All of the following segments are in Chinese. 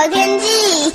天气。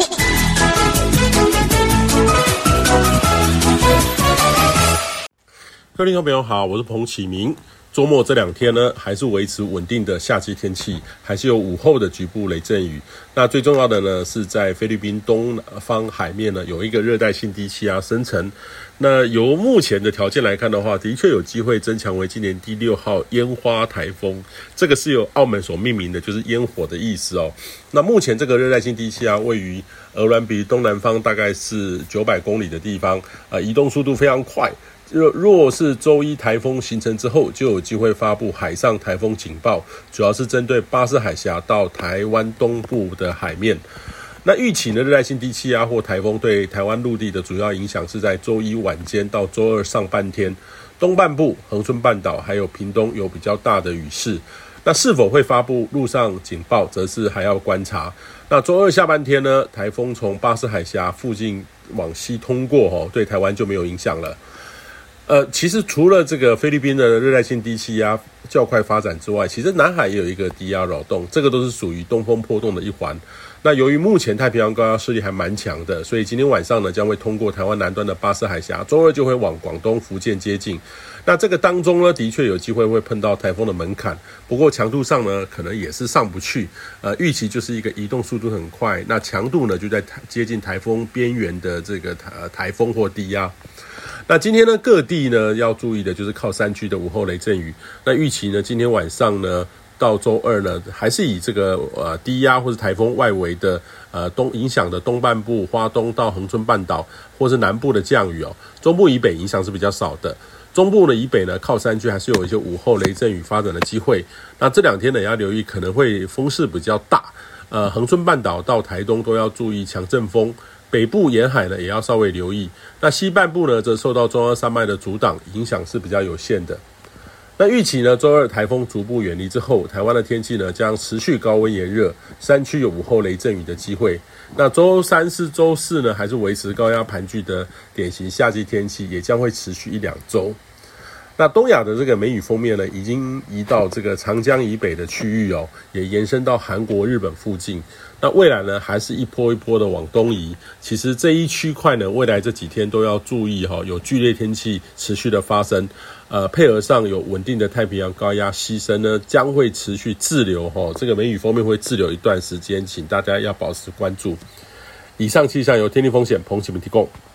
各位听众朋友好，我是彭启明。周末这2天呢，还是维持稳定的夏季天气，还是有午后的局部雷阵雨。那最重要的呢，是在菲律宾东方海面呢，有一个热带性低气压生成。那由目前的条件来看的话，的确有机会增强为今年第6号烟花台风。这个是由澳门所命名的，就是烟火的意思哦。那目前这个热带性低气压位于鹅銮鼻东南方，大概是900公里的地方，移动速度非常快。若是周一台风形成之后，就有机会发布海上台风警报，主要是针对巴士海峡到台湾东部的海面。那预期呢，热带性低气压或台风对台湾陆地的主要影响是在周一晚间到周二上半天，东半部、恒春半岛还有屏东有比较大的雨势。那是否会发布陆上警报，则是还要观察。那周二下半天呢，台风从巴士海峡附近往西通过，对台湾就没有影响了。其实除了这个菲律宾的热带性低气压较快发展之外，其实南海也有一个低压扰动，这个都是属于东风破洞的一环。那由于目前太平洋高压势力还蛮强的，所以今天晚上呢将会通过台湾南端的巴士海峡，周二就会往广东、福建接近。那这个当中呢，的确有机会会碰到台风的门槛，不过强度上呢，可能也是上不去。预期就是一个移动速度很快，那强度呢就在接近台风边缘的这个台风或低压。那今天呢，各地呢要注意的就是靠山区的午后雷阵雨。那预期呢，今天晚上呢到周二呢，还是以这个低压或是台风外围的影响的东半部、花东到恒春半岛或是南部的降雨哦。中部以北影响是比较少的。中部呢以北呢靠山区还是有一些午后雷阵雨发展的机会。那这2天呢也要留意，可能会风势比较大。恒春半岛到台东都要注意强阵风。北部沿海呢也要稍微留意，那西半部呢则受到中央山脉的阻挡，影响是比较有限的。那预期呢，周二台风逐步远离之后，台湾的天气呢将持续高温炎热，山区有午后雷阵雨的机会。那周三是周四呢，还是维持高压盘踞的典型夏季天气，也将会持续1-2周。那东亚的这个梅雨锋面呢，已经移到这个长江以北的区域哦，也延伸到韩国、日本附近。那未来呢，还是一波一波的往东移。其实这一区块呢，未来这几天都要注意有剧烈天气持续的发生。配合上有稳定的太平洋高压西伸呢，将会持续滞留这个梅雨锋面会滞留一段时间，请大家要保持关注。以上气象由天气风险彭启明提供。